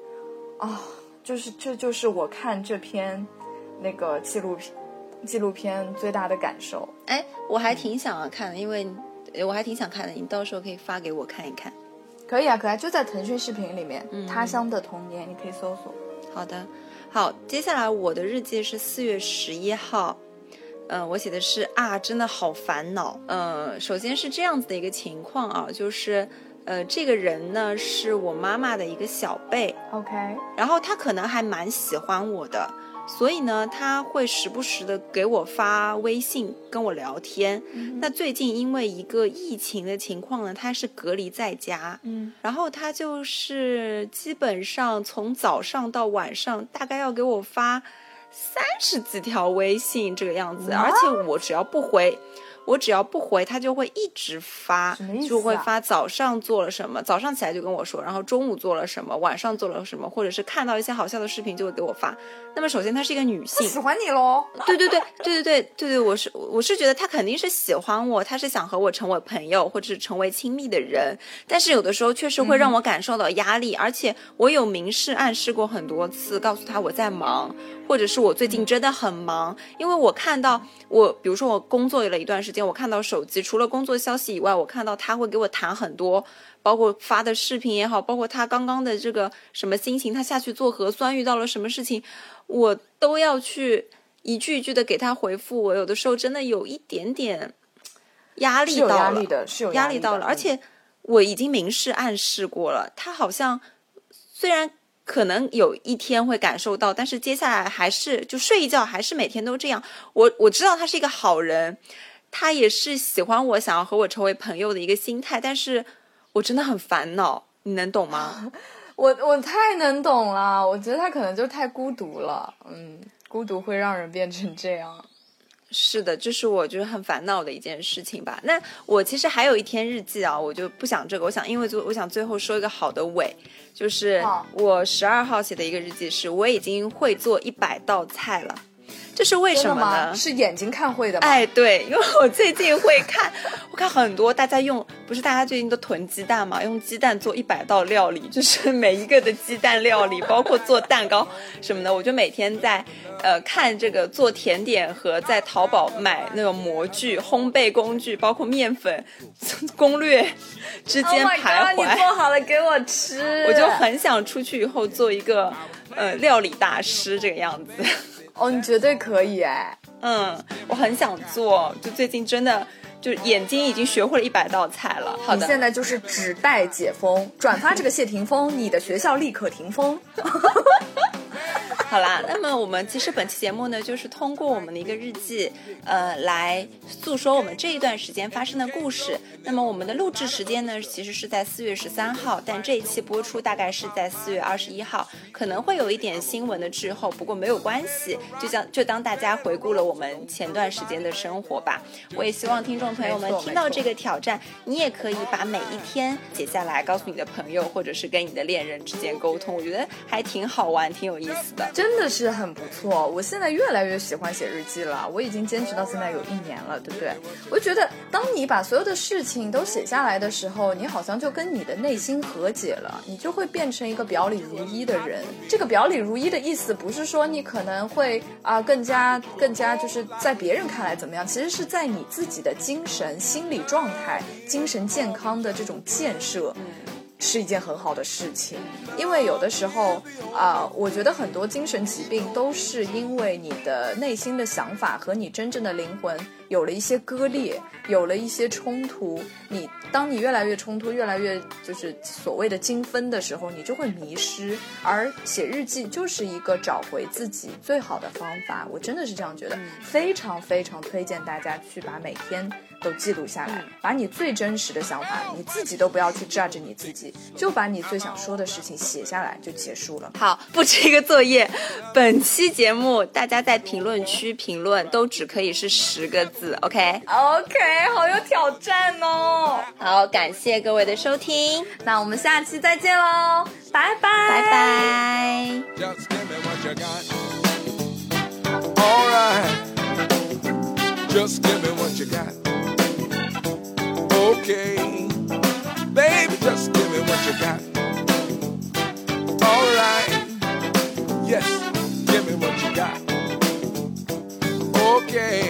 这就是我看这篇那个纪录片最大的感受。 我还挺想看的，因为我还挺想看的，你到时候可以发给我看一看。 可以啊，就在腾讯视频里面，他乡的童年，你可以搜索。 好的，好，接下来我的日记是4月11号。我写的是真的好烦恼。首先是这样子的一个情况啊，就是这个人呢是我妈妈的一个小辈 OK， 然后他可能还蛮喜欢我的，所以呢他会时不时的给我发微信跟我聊天。那最近因为一个疫情的情况呢，他是隔离在家，然后他就是基本上从早上到晚上大概要给我发30几条微信这个样子，而且我只要不回他就会一直发，就会发早上做了什么，早上起来就跟我说，然后中午做了什么，晚上做了什么，或者是看到一些好笑的视频就会给我发。那么首先她是一个女性， 喜欢你咯。 对，我是觉得她肯定是喜欢我，她是想和我成为朋友或者是成为亲密的人，但是有的时候确实会让我感受到压力，而且我有明示暗示过很多次，告诉她我在忙，或者是我最近真的很忙。因为我看到比如说我工作了一段时间，我看到手机除了工作消息以外，我看到他会给我谈很多，包括发的视频也好，包括他刚刚的这个什么心情，他下去做核酸遇到了什么事情，我都要去一句一句的给他回复。我有的时候真的有一点点压力到了， 是有压力到了，而且我已经明示暗示过了，他好像虽然可能有一天会感受到，但是接下来还是就睡一觉，还是每天都这样。我知道他是一个好人，他也是喜欢我，想要和我成为朋友的一个心态，但是我真的很烦恼，你能懂吗？ 我太能懂了，我觉得他可能就太孤独了，孤独会让人变成这样。 是的，这是我觉得很烦恼的一件事情吧。那我其实还有一天日记啊，我就不想这个，我想最后说一个好的尾，就是我12号写的一个日记是我已经会做100道菜了。这是为什么呢？ 是眼睛看会的吗？ 哎，对，因为我最近会看，我看很多大家不是大家最近都囤鸡蛋嘛，用鸡蛋做100道料理，就是每一个的鸡蛋料理，包括做蛋糕什么的，我就每天在看这个做甜点和在淘宝买那种模具、烘焙工具，包括面粉攻略之间徘徊。 Oh my God， 你做好了给我吃， 我就很想出去以后做一个料理大师这个样子。 哦，你绝对可以哎。 我很想做，就最近真的就眼睛已经学会了100道菜了。好的， 你现在就是只待解封，转发这个谢霆锋，你的学校立刻停封。 好啦，那么我们其实本期节目呢，就是通过我们的一个日记，来诉说我们这一段时间发生的故事。那么我们的录制时间呢，其实是在4月13号，但这一期播出大概是在4月21号，可能会有一点新闻的滞后，不过没有关系，就当大家回顾了我们前段时间的生活吧。我也希望听众朋友们听到这个挑战，你也可以把每一天写下来，告诉你的朋友，或者是跟你的恋人之间沟通，我觉得还挺好玩，挺有意思的。 真的是很不错，我现在越来越喜欢写日记了，我已经坚持到现在有1年了，对不对？我就觉得当你把所有的事情都写下来的时候，你好像就跟你的内心和解了，你就会变成一个表里如一的人。这个表里如一的意思不是说你可能会更加就是在别人看来怎么样，其实是在你自己的精神心理状态、精神健康的这种建设是一件很好的事情。因为有的时候我觉得很多精神疾病都是因为你的内心的想法和你真正的灵魂有了一些割裂，有了一些冲突。当你越来越冲突，越来越就是所谓的精分的时候，你就会迷失，而写日记就是一个找回自己最好的方法。我真的是这样觉得，非常非常推荐大家去把每天都记录下来，把你最真实的想法，你自己都不要去 judge 你自己，就把你最想说的事情写下来就结束了。 好，布置一个作业，本期节目大家在评论区评论都只可以是10个字 OK， 好有挑战哦。 好，感谢各位的收听， 那我们下期再见喽，拜拜拜拜。 Just give me what you got. All right. Just give me what you got. Okay. Baby, just give me what you got. All right. Yes, give me what you got. Okay.